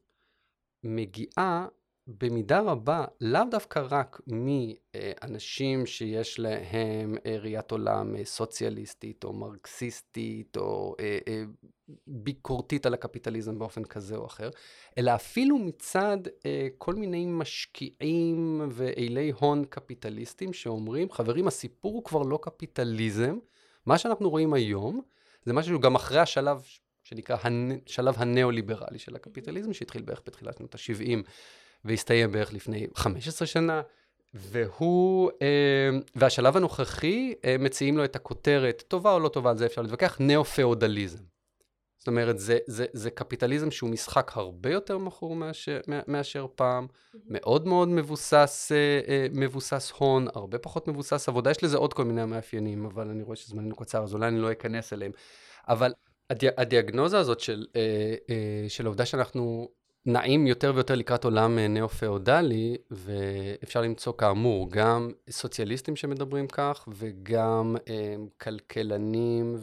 מגיעה במידה רבה, לאו דווקא רק מאנשים שיש להם אה, ראיית עולם אה, סוציאליסטית או מרקסיסטית או אה, אה, ביקורתית על הקפיטליזם באופן כזה או אחר, אלא אפילו מצד אה, כל מיני משקיעים ואילי הון קפיטליסטים שאומרים, חברים, הסיפור הוא כבר לא קפיטליזם, מה שאנחנו רואים היום, זה משהו גם אחרי השלב שנקרא השלב הנאו-ליברלי של הקפיטליזם, שהתחיל בערך בתחילת שנות ה-שבעים, והסתיים בערך לפני חמש עשרה שנה, והוא, אה, והשלב הנוכחי, אה, מציעים לו את הכותרת, טובה או לא טובה, על זה אפשר להתווכח, נאו-פאודליזם. זאת אומרת, זה, זה, זה קפיטליזם שהוא משחק הרבה יותר מכור מאשר, מאשר פעם, mm-hmm. מאוד מאוד מבוסס, אה, מבוסס הון, הרבה פחות מבוסס עבודה, יש לזה עוד כל מיני מאפיינים, אבל אני רואה שזמננו קצר, אז אולי אני לא אכנס אליהם. אבל הדי, הדיאגנוזה הזאת של, אה, אה, של העובדה שאנחנו נעים יותר ויותר לקראת עולם נאו-פאודלי, ואפשר למצוא כאמור גם סוציאליסטים שמדברים כך, וגם אה, כלכלנים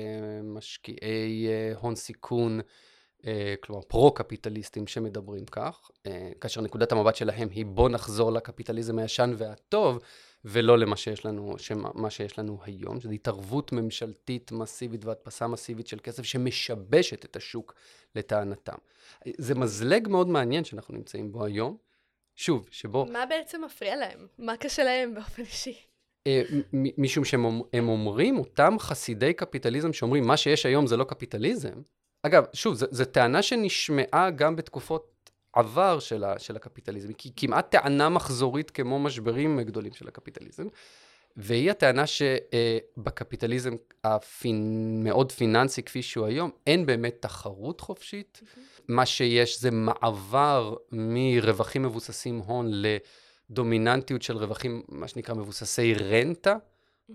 ומשקיעי אה, הון סיכון, אה, כלומר פרו-קפיטליסטים שמדברים כך, אה, כאשר נקודת המבט שלהם היא בוא נחזור לקפיטליזם הישן והטוב, ולא למה שיש לנו, מה שיש לנו היום, שזו התערבות ממשלתית מסיבית והדפסה מסיבית של כסף שמשבשת את השוק לטענתם. זה מזלג מאוד מעניין שאנחנו נמצאים בו היום, שוב, שבו... מה בעצם מפריע להם? מה קשה להם באופן אישי? משום שהם אומרים, אותם חסידי קפיטליזם שאומרים, מה שיש היום זה לא קפיטליזם. אגב, שוב, זו טענה שנשמעה גם בתקופות עבר של, ה, של הקפיטליזם, כי כמעט טענה מחזורית כמו משברים גדולים של הקפיטליזם, והיא הטענה שבקפיטליזם הפינ... מאוד פיננסי כפי שהוא היום, אין באמת תחרות חופשית, mm-hmm. מה שיש זה מעבר מרווחים מבוססים הון לדומיננטיות של רווחים, מה שנקרא מבוססי רנטה, mm-hmm.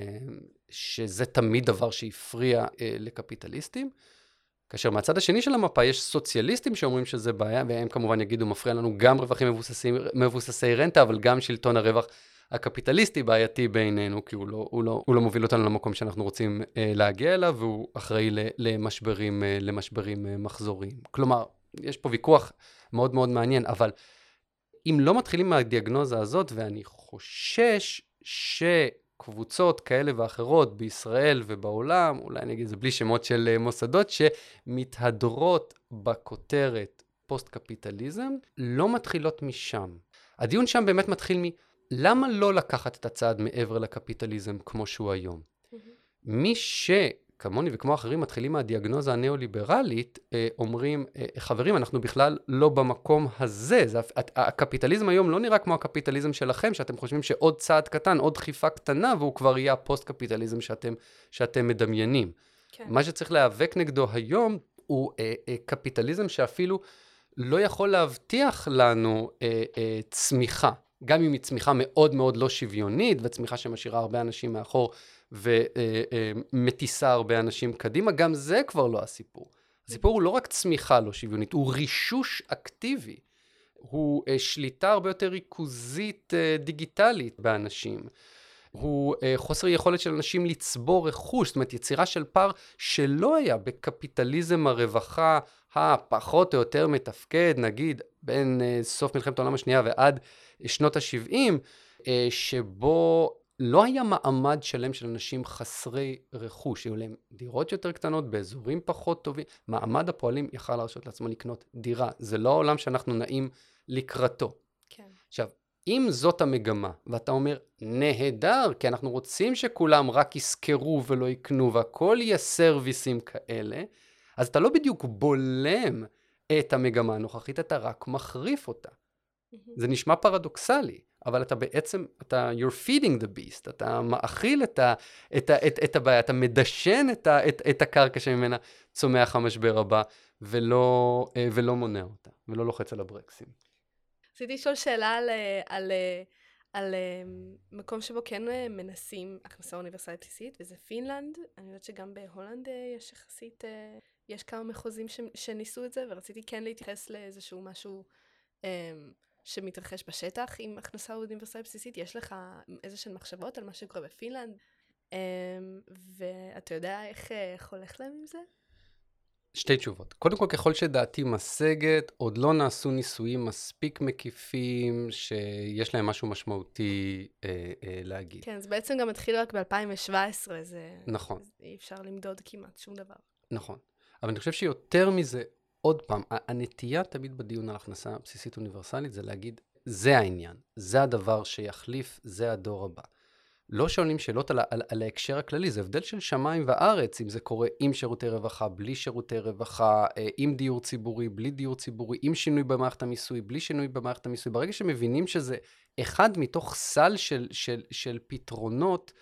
שזה תמיד דבר שהפריע לקפיטליסטים, כאשר מהצד השני של המפה יש סוציאליסטים שאומרים שזה בעיה, והם כמובן יגידו, מפריע לנו גם רווחים מבוססים, מבוססי רנטה, אבל גם שלטון הרווח הקפיטליסטי בעייתי בעינינו, כי הוא לא, הוא לא, הוא לא מוביל אותנו למקום שאנחנו רוצים אה, להגיע אליו, והוא אחראי למשברים, אה, למשברים אה, מחזוריים. כלומר, יש פה ויכוח מאוד מאוד מעניין, אבל אם לא מתחילים מהדיאגנוזה הזאת, ואני חושש ש... קבוצות כאלה ואחרות בישראל ובעולם, אולי אני אגיד זה בלי שמות של מוסדות, שמתהדרות בכותרת פוסט-קפיטליזם, לא מתחילות משם. הדיון שם באמת מתחיל מ... למה לא לקחת את הצעד מעבר לקפיטליזם כמו שהוא היום? Mm-hmm. מי שכמוני וכמו אחרים מתחילים מהדיאגנוזה הנאו-ליברלית, אומרים, חברים, אנחנו בכלל לא במקום הזה. זה, הקפיטליזם היום לא נראה כמו הקפיטליזם שלכם, שאתם חושבים שעוד צעד קטן, עוד דחיפה קטנה, והוא כבר יהיה הפוסט-קפיטליזם שאתם, שאתם מדמיינים. כן. מה שצריך להיאבק נגדו היום, הוא אה, אה, קפיטליזם שאפילו לא יכול להבטיח לנו אה, אה, צמיחה. גם אם היא צמיחה מאוד מאוד לא שוויונית, וצמיחה שמשאירה הרבה אנשים מאחור, ומטיסה הרבה אנשים קדימה, גם זה כבר לא הסיפור. הסיפור הוא לא רק צמיחה לא שוויונית, הוא רישוש אקטיבי. הוא שליטה הרבה יותר ריכוזית דיגיטלית באנשים. הוא חוסר יכולת של אנשים לצבור רכוש, זאת אומרת יצירה של פער שלא היה בקפיטליזם הרווחה הפחות או יותר מתפקד, נגיד בין סוף מלחמת העולם השנייה ועד שנות ה-שבעים, שבו לא היה מעמד שלם של אנשים חסרי רכוש, היו להם דירות יותר קטנות באזורים פחות טובים, מעמד הפועלים יכל להרשות לעצמו לקנות דירה, זה לא העולם שאנחנו נעים לקראתו. כן. עכשיו, אם זאת המגמה, ואתה אומר, נהדר, כי אנחנו רוצים שכולם רק יזכרו ולא יקנו, והכל יהיה סרוויסים כאלה, אז אתה לא בדיוק בולם את המגמה הנוכחית, אתה רק מחריף אותה. זה נשמע פרדוקסלי, אבל אתה בעצם, אתה, you're feeding the beast, אתה מאכיל את, ה, את, ה, את, את הבעיה, אתה מדשן את, ה, את, את הקרקע שממנה צומח המשבר הבא, ולא, ולא מונע אותה, ולא לוחץ על הברקסים. רציתי לשאול שאלה על, על, על מקום שבו כן מנסים הכנסה אוניברסלית בסיסית, וזה פינלנד. אני יודעת שגם בהולנד יש יחסית, יש כמה מחוזים ש, שניסו את זה, ורציתי כן להתייחס לאיזשהו משהו שמתרחש בשטח עם הכנסה אוניברסלית בסיסית. יש לך איזשהן מחשבות על מה שקורה בפינלנד, ואתה יודע איך, איך הולך להם עם זה? שתי תשובות. קודם כל, ככל שדעתי משגת, עוד לא נעשו ניסויים מספיק מקיפים שיש להם משהו משמעותי אה, אה, להגיד. כן, זה בעצם גם התחיל רק ב-אלפיים שבע עשרה, זה... נכון. אי אפשר למדוד כמעט שום דבר. נכון. אבל אני חושב שיותר מזה, עוד פעם, הנטייה תמיד בדיון על הכנסה בסיסית אוניברסלית זה להגיד, זה העניין, זה הדבר שיחליף, זה הדור הבא. לא שואלים שאלות על, על, על ההקשר הכללי, זה הבדל של שמיים וארץ, אם זה קורה עם שירותי רווחה, בלי שירותי רווחה, עם דיור ציבורי, בלי דיור ציבורי, עם שינוי במערכת המיסוי, בלי שינוי במערכת המיסוי. ברגע שמבינים שזה אחד מתוך סל של, של, של פתרונות,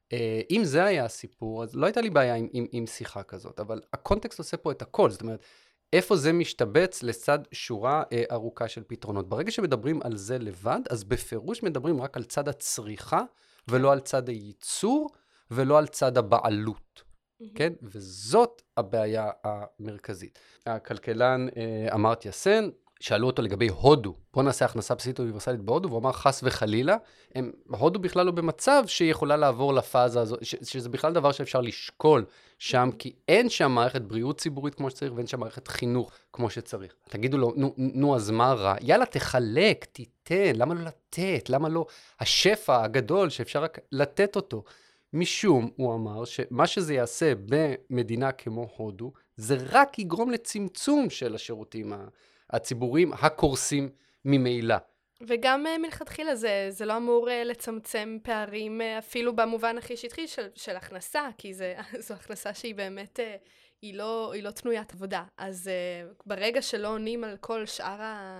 אם זה היה הסיפור, אז לא הייתה לי בעיה עם, עם, עם שיחה כזאת, אבל הקונטקסט עושה פה את הכל, זאת אומרת, איפה זה משתבץ לצד שורה אה, ארוכה של פתרונות. ברגע שמדברים על זה לבד, אז בפירוש מדברים רק על צד הצריכה, ולא על צד הייצור, ולא על צד הבעלות, mm-hmm. כן? וזאת הבעיה המרכזית. הכלכלן אה, אמרתיה סן, שאלו אותו לגבי הודו, בוא נעשה הכנסה בסיסית אוניברסלית בהודו, והוא אמר חס וחלילה, הם, הודו בכלל לא במצב שהיא יכולה לעבור לפאזה הזאת, ש, שזה בכלל דבר שאפשר לשקול שם, mm-hmm. כי אין שם מערכת בריאות ציבורית כמו שצריך, ואין שם מערכת חינוך כמו שצריך. תגידו לו, נו, נו אז מה רע? יאללה, תחלק, תיתן, למה לא לתת? למה לא השפע הגדול שאפשר רק לתת אותו? משום, הוא אמר, שמה שזה יעשה במדינה כמו הודו, זה רק יגרום לצמצום של השירותים ה... הציבורים הקורסים ממילא. וגם מלכתחילה זה, זה לא אמור לצמצם פערים אפילו במובן הכי שטחי של, של הכנסה, כי זה, זו הכנסה שהיא באמת, היא לא, היא לא תנוית עבודה. אז ברגע שלא עונים על כל שאר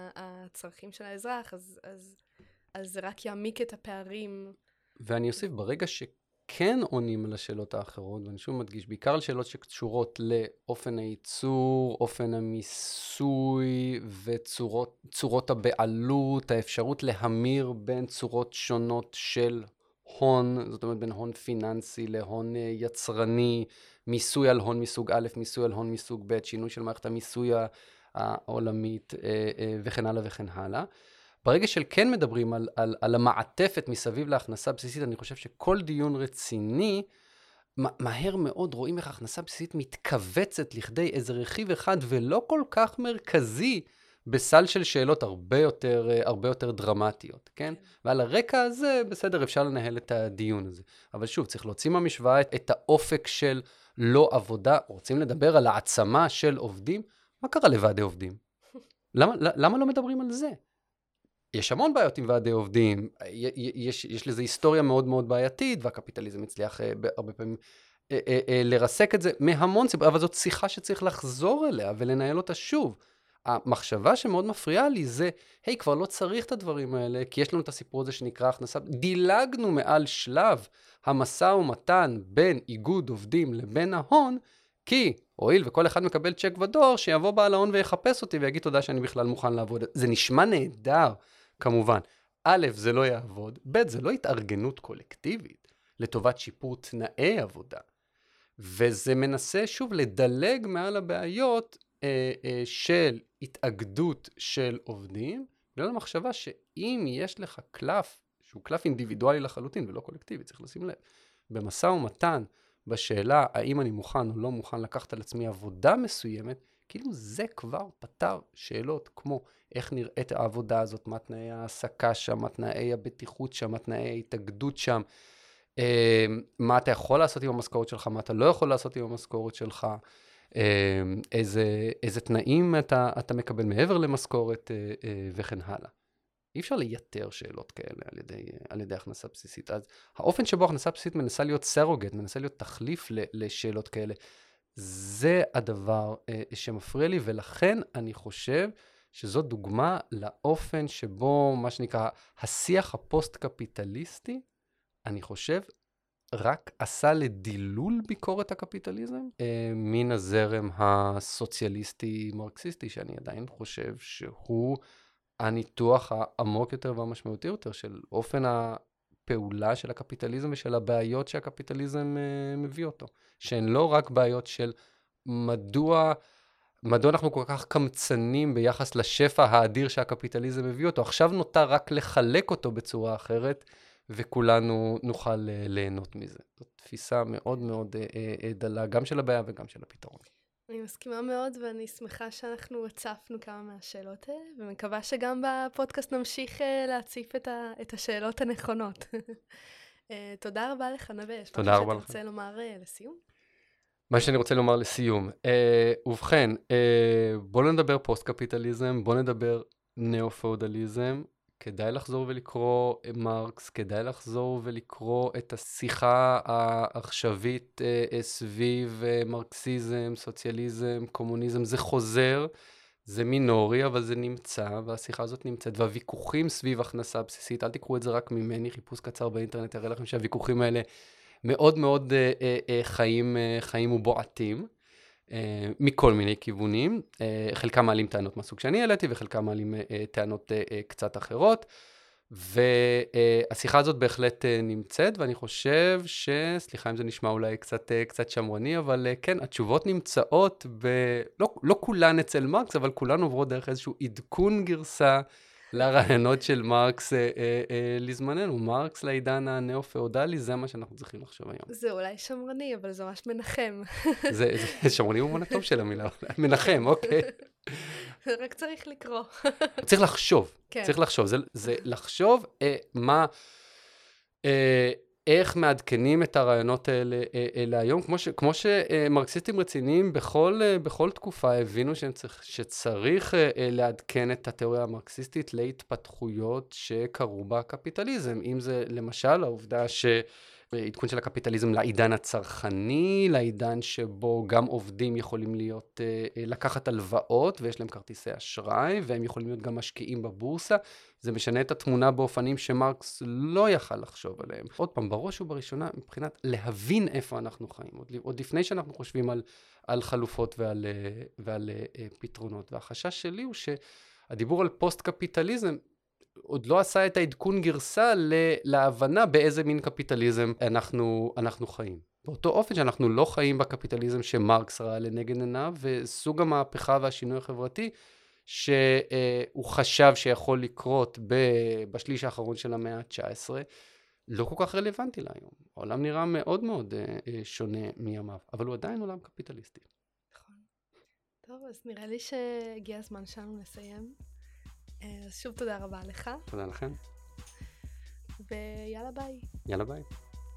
הצרכים של האזרח, אז, אז, אז זה רק יעמיק את הפערים. ואני אוסיף, ברגע ש... כן עונים על השאלות האחרות, ואני שוב מדגיש, בעיקר על שאלות שקשורות לאופן הייצור, אופן המיסוי וצורות הבעלות, האפשרות להמיר בין צורות שונות של הון, זאת אומרת בין הון פיננסי להון יצרני, מיסוי על הון מסוג א', מיסוי על הון מסוג ב', שינוי של מערכת המיסוי העולמית וכן הלאה וכן הלאה. ברגע של כן מדברים על, על, על המעטפת מסביב להכנסה בסיסית, אני חושב שכל דיון רציני, מהר מאוד רואים איך הכנסה בסיסית מתכווצת לכדי איזה רכיב אחד, ולא כל כך מרכזי, בסל של שאלות הרבה יותר, הרבה יותר דרמטיות, כן? ועל הרקע הזה, בסדר, אפשר לנהל את הדיון הזה. אבל שוב, צריך להוציא מהמשוואה את, את האופק של לא עבודה, רוצים לדבר על העצמה של עובדים, מה קרה לוועדי עובדים? למה, למה לא מדברים על זה? יש המון בעיות עם ועדי עובדים, יש, יש לזה היסטוריה מאוד מאוד בעייתית, והקפיטליזם הצליח הרבה פעמים לרסק את זה מהמון סיבות, אבל זאת שיחה שצריך לחזור אליה ולנהל אותה שוב. המחשבה שמאוד מפריעה לי זה, היי, כבר לא צריך את הדברים האלה, כי יש לנו את הסיפור הזה שנקרא הכנסה, דילגנו מעל שלב המשא ומתן בין איגוד עובדים לבין ההון, כי הואיל וכל אחד מקבל צ'ק ודואר, שיבוא בעל ההון ויחפש אותי ויגיד תודה שאני בכלל מוכן לעבוד. זה נשמע נהדר, כמובן. א', זה לא יעבוד, ב', זה לא התארגנות קולקטיבית לטובת שיפור תנאי עבודה. וזה מנסה שוב לדלג מעל הבעיות אה, אה, של התאגדות של עובדים, בגלל המחשבה שאם יש לך קלף, שהוא קלף אינדיבידואלי לחלוטין ולא קולקטיבי, צריך לשים לב, במשא ומתן, בשאלה האם אני מוכן או לא מוכן לקחת על עצמי עבודה מסוימת, כאילו זה כבר פתר שאלות כמו איך נראית העבודה הזאת, מה תנאי העסקה שם, מה תנאי הבטיחות שם, מה תנאי ההתאגדות שם, מה אתה יכול לעשות עם המשכורת שלך, מה אתה לא יכול לעשות עם המשכורת שלך, איזה, איזה תנאים אתה, אתה מקבל מעבר למשכורת וכן הלאה. אי אפשר לייתר שאלות כאלה על ידי, על ידי הכנסה בסיסית. אז האופן שבו הכנסה בסיסית מנסה להיות סרוגט, מנסה להיות תחליף לשאלות כאלה, זה הדבר שמפריע לי, ולכן אני חושב שזו דוגמה לאופן שבו, מה שנקרא, השיח הפוסט-קפיטליסטי, אני חושב, רק עשה לדילול ביקורת הקפיטליזם, מן הזרם הסוציאליסטי-מרקסיסטי, שאני עדיין חושב שהוא הניתוח העמוק יותר והמשמעותי יותר של אופן הפעולה של הקפיטליזם ושל הבעיות שהקפיטליזם מביא אותו. שהן לא רק בעיות של מדוע, מדוע אנחנו כל כך קמצנים ביחס לשפע האדיר שהקפיטליזם מביא אותו. עכשיו נותר רק לחלק אותו בצורה אחרת, וכולנו נוכל ליהנות מזה. זאת תפיסה מאוד מאוד דלה, גם של הבעיה וגם של הפתרון. אני מסכימה מאוד, ואני שמחה שאנחנו הצפנו כמה מהשאלות האלה, ומקווה שגם בפודקאסט נמשיך להציף את, ה- את השאלות הנכונות. תודה רבה לך, נווה. יש משהו שאתה רוצה לומר לסיום? מה שאני רוצה לומר לסיום. ובכן, בואו נדבר פוסט-קפיטליזם, בואו נדבר נאו-פאודליזם. כדאי לחזור ולקרוא מרקס, כדאי לחזור ולקרוא את השיחה העכשווית סביב מרקסיזם, סוציאליזם, קומוניזם. זה חוזר, זה מינורי, אבל זה נמצא, והשיחה הזאת נמצאת. והוויכוחים סביב הכנסה בסיסית, אל תקראו את זה רק ממני, חיפוש קצר באינטרנט, הרי לכם שהוויכוחים האלה מאוד מאוד חיים, חיים ובועטים. Uh, מכל מיני כיוונים, uh, חלקם מעלים טענות מהסוג שאני העליתי, וחלקם מעלים uh, טענות uh, uh, קצת אחרות, והשיחה uh, הזאת בהחלט uh, נמצאת, ואני חושב ש... סליחה אם זה נשמע אולי קצת, uh, קצת שמרני, אבל uh, כן, התשובות נמצאות, ב... לא, לא כולן אצל מרקס, אבל כולן עוברות דרך איזשהו עדכון גרסה, לרעיונות של מרקס אה, אה, אה, לזמננו. מרקס לעידן הנאו-פאודלי, זה מה שאנחנו צריכים לחשוב היום. זה אולי שמרני, אבל זה ממש מנחם. זה, זה שמרני הוא מונה טוב של המילה. מנחם, אוקיי. רק צריך לקרוא. צריך לחשוב. כן. צריך לחשוב. זה, זה לחשוב אה, מה... אה, איך מעדכנים את הרעיונות האלה, האלה היום, כמו, ש, כמו שמרקסיסטים רציניים בכל, בכל תקופה הבינו שצריך, שצריך לעדכן את התיאוריה המרקסיסטית להתפתחויות שקרו בקפיטליזם. אם זה למשל העובדה שעדכון של הקפיטליזם לעידן הצרכני, לעידן שבו גם עובדים יכולים להיות, לקחת הלוואות ויש להם כרטיסי אשראי, והם יכולים להיות גם משקיעים בבורסה. זה משנה את התמונה באופנים שמרקס לא יכל לחשוב עליהם. עוד פעם, בראש ובראשונה, מבחינת להבין איפה אנחנו חיים, עוד, עוד לפני שאנחנו חושבים על, על חלופות ועל, ועל uh, פתרונות. והחשש שלי הוא שהדיבור על פוסט-קפיטליזם עוד לא עשה את העדכון גרסה להבנה באיזה מין קפיטליזם אנחנו, אנחנו חיים. באותו אופן שאנחנו לא חיים בקפיטליזם שמרקס ראה לנגד עיניו, וסוג המהפכה והשינוי החברתי, שהוא חשב שיכול לקרות בשליש האחרון של המאה ה-תשע עשרה, לא כל כך רלוונטי להיום. העולם נראה מאוד מאוד שונה מימיו, אבל הוא עדיין עולם קפיטליסטי. נכון. טוב, אז נראה לי שהגיע הזמן שלנו לסיים. אז שוב תודה רבה לך. תודה לכם. ויאללה ביי. יאללה ביי.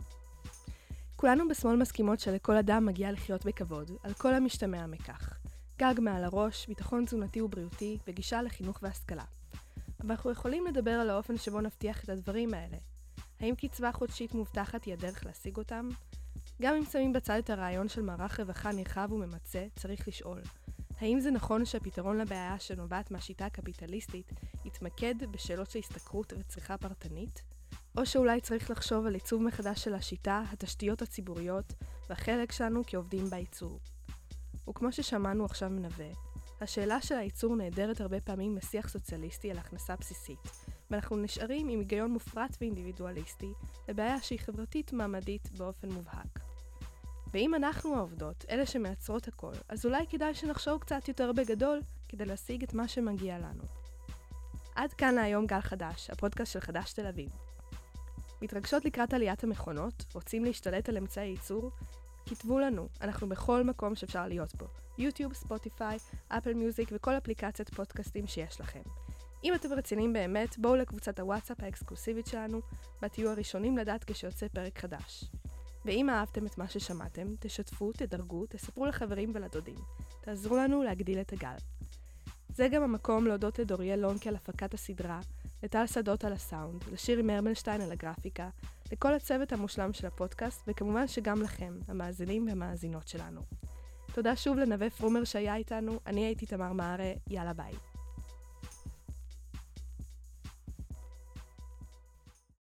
כולנו בשמאל מסכימות שלכל אדם מגיע לחיות בכבוד, על כל המשתמע מכך. גג מעל הראש, ביטחון תזונתי ובריאותי, וגישה לחינוך והשכלה. אבל אנחנו יכולים לדבר על האופן שבו נבטיח את הדברים האלה. האם קצבה חודשית מובטחת היא הדרך להשיג אותם? גם אם שמים בצד את הרעיון של מערך רווחה נרחב וממצה, צריך לשאול. האם זה נכון שהפתרון לבעיה שנובעת מהשיטה הקפיטליסטית יתמקד בשאלות של הסתכרות וצריכה פרטנית? או שאולי צריך לחשוב על עיצוב מחדש של השיטה, התשתיות הציבוריות והחלק שלנו כעובדים בעיצוב. וכמו ששמענו עכשיו מנווה, השאלה של הייצור נעדרת הרבה פעמים משיח סוציאליסטי על הכנסה בסיסית, ואנחנו נשארים עם היגיון מופרט ואינדיבידואליסטי לבעיה שהיא חברתית מעמדית באופן מובהק. ואם אנחנו העובדות, אלה שמייצרות הכל, אז אולי כדאי שנחשוב קצת יותר בגדול כדי להשיג את מה שמגיע לנו. עד כאן להיום גל חדש, הפודקאסט של חדש תל אביב. מתרגשות לקראת עליית המכונות, רוצים להשתלט על אמצעי ייצור? כתבו לנו, אנחנו בכל מקום שאפשר להיות בו. יוטיוב, ספוטיפיי, אפל מיוזיק וכל אפליקציית פודקאסטים שיש לכם. אם אתם רציניים באמת, בואו לקבוצת הוואטסאפ האקסקלוסיבית שלנו, בה תהיו הראשונים לדעת כשיוצא פרק חדש. ואם אהבתם את מה ששמעתם, תשתפו, תדרגו, תספרו לחברים ולדודים. תעזרו לנו להגדיל את הגל. זה גם המקום להודות לדוריאל לונקה על הפקת הסדרה, לטל שדות על הסאונד, לשירי מרמלשטיין על הגרפיקה, לכל הצוות המושלם של הפודקאסט, וכמובן שגם לכם, המאזינים והמאזינות שלנו. תודה שוב לנווה פרומר שהיה איתנו, אני הייתי תמר מערה, יאללה ביי.